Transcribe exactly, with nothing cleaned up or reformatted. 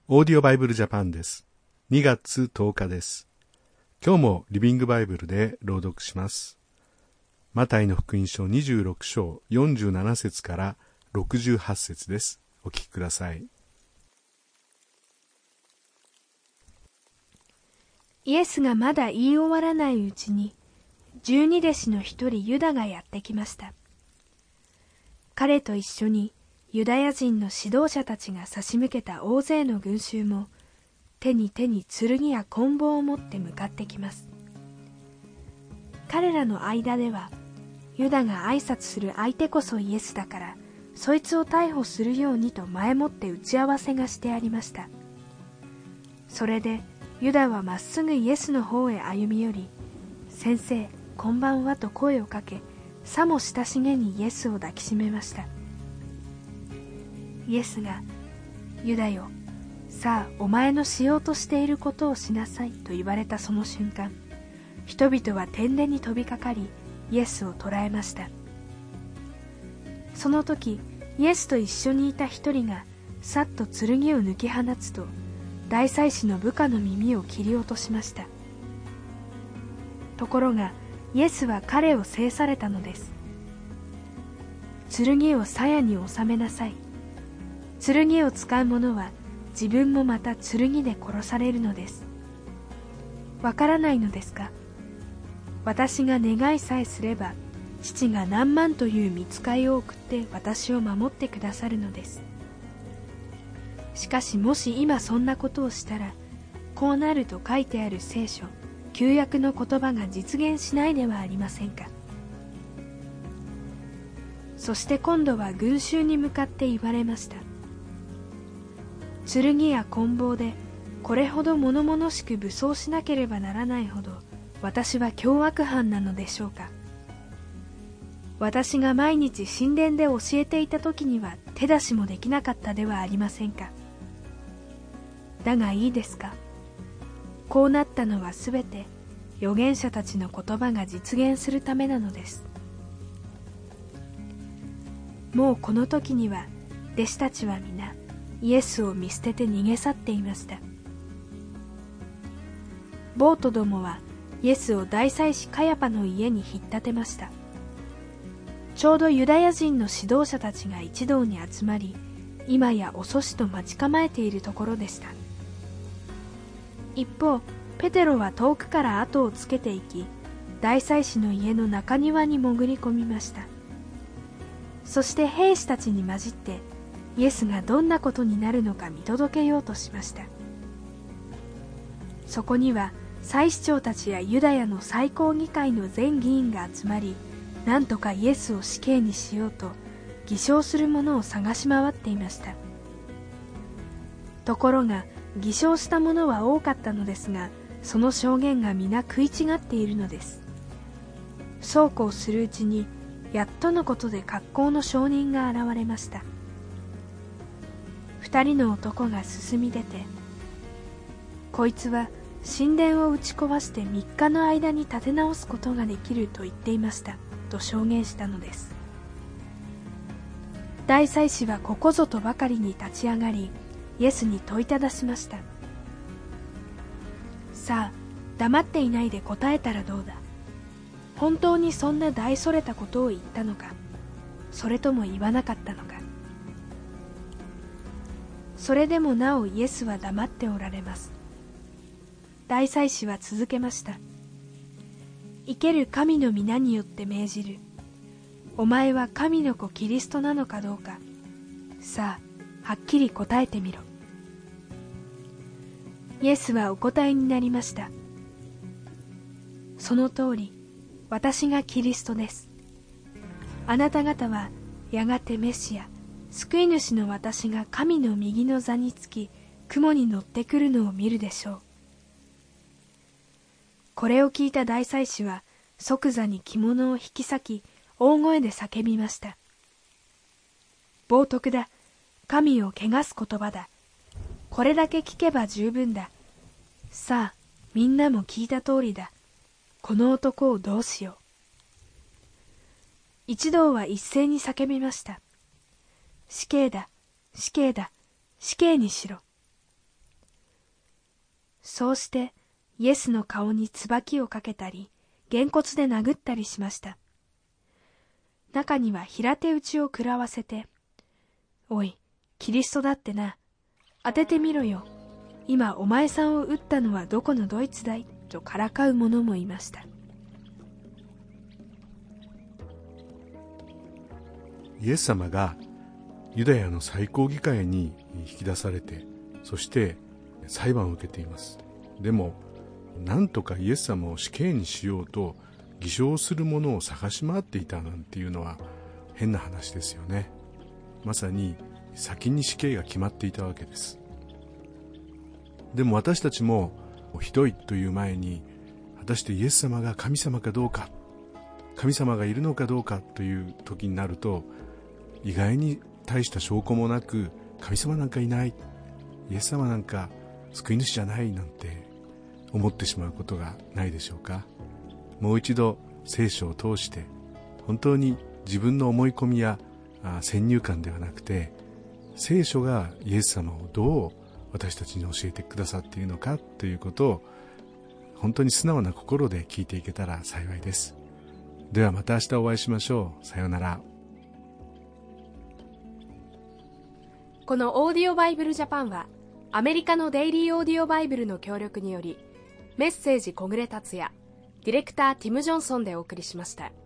オーディオバイブルジャパンです。にがつとおかです。今日もリビングバイブルで朗読します。マタイの福音書にじゅうろく章よんじゅうなな節からろくじゅうはち節です。お聞きください。 イエスがまだ言い終わらないうちに、十二弟子の一人ユダがやってきました。彼と一緒にユダヤ人の指導者たちが差し向けた大勢の群衆も、手に手に剣や棍棒を持って向かってきます。彼らの間では、ユダが挨拶する相手こそイエスだから、そいつを逮捕するようにと前もって打ち合わせがしてありました。それでユダはまっすぐイエスの方へ歩み寄り、先生、こんばんはと声をかけ、さも親しげにイエスを抱きしめました。イエスが、ユダよ、さあお前のしようとしていることをしなさいと言われたその瞬間、人々は天でに飛びかかり、イエスを捕らえました。その時、イエスと一緒にいた一人がさっと剣を抜き放つと、大祭司の部下の耳を切り落としました。ところがイエスは彼を制されたのです。剣を鞘に収めなさい。剣を使う者は自分もまた剣で殺されるのです。わからないのですか？私が願いさえすれば、父が何万という御使いを送って私を守ってくださるのです。しかしもし今そんなことをしたら、こうなると書いてある聖書、旧約の言葉が実現しないではありませんか。そして今度は群衆に向かって言われました。剣や棍棒でこれほど物々しく武装しなければならないほど、私は凶悪犯なのでしょうか。私が毎日神殿で教えていた時には手出しもできなかったではありませんか。だがいいですか。こうなったのはすべて預言者たちの言葉が実現するためなのです。もうこの時には弟子たちは皆イエスを見捨てて逃げ去っていました。暴徒どもはイエスを大祭司カヤパの家に引っ立てました。ちょうどユダヤ人の指導者たちが一堂に集まり、今や遅しと待ち構えているところでした。一方、ペテロは遠くから後をつけていき、大祭司の家の中庭に潜り込みました。そして兵士たちに混じって、イエスがどんなことになるのか見届けようとしました。そこには祭司長たちやユダヤの最高議会の全議員が集まり、なんとかイエスを死刑にしようと偽証する者を探し回っていました。ところが偽証した者は多かったのですが、その証言が皆食い違っているのです。そうこうするうちに、やっとのことで格好の証人が現れました。二人の男が進み出て、こいつは神殿を打ち壊して三日の間に建て直すことができると言っていましたと証言したのです。大祭司はここぞとばかりに立ち上がり、イエスに問いただしました。さあ、黙っていないで答えたらどうだ。本当にそんな大それたことを言ったのか、それとも言わなかったのか。それでもなおイエスは黙っておられます。大祭司は続けました。生ける神の皆によって命じる。お前は神の子キリストなのかどうか。さあ、はっきり答えてみろ。イエスはお答えになりました。その通り、私がキリストです。あなた方はやがてメシア、救い主の私が神の右の座につき、雲に乗ってくるのを見るでしょう。これを聞いた大祭司は即座に着物を引き裂き、大声で叫びました。冒涜だ。神を汚す言葉だ。これだけ聞けば十分だ。さあ、みんなも聞いた通りだ。この男をどうしよう。一同は一斉に叫びました。死刑だ、死刑だ、死刑にしろ。 そうしてイエスの顔に椿をかけたり、げんこつで殴ったりしました。中には平手打ちを食らわせて、おい、キリストだってな、当ててみろよ。今お前さんを撃ったのはどこのドイツだいとからかう者もいました。 イエス様がユダヤの最高議会に引き出されて、そして裁判を受けています。でもなんとかイエス様を死刑にしようと偽証する者を探し回っていたなんていうのは変な話ですよね。まさに先に死刑が決まっていたわけです。でも私たちもひどいという前に、果たしてイエス様が神様かどうか、神様がいるのかどうかという時になると、意外に大した証拠もなく、神様なんかいない、イエス様なんか救い主じゃないなんて思ってしまうことがないでしょうか。もう一度聖書を通して、本当に自分の思い込みや先入観ではなくて、聖書がイエス様をどう私たちに教えてくださっているのかということを、本当に素直な心で聞いていけたら幸いです。ではまた明日お会いしましょう。さようなら。 このオーディオバイブルジャパンは、アメリカのデイリーオーディオバイブルの協力により、メッセージ小暮達也、ディレクターティム・ジョンソンでお送りしました。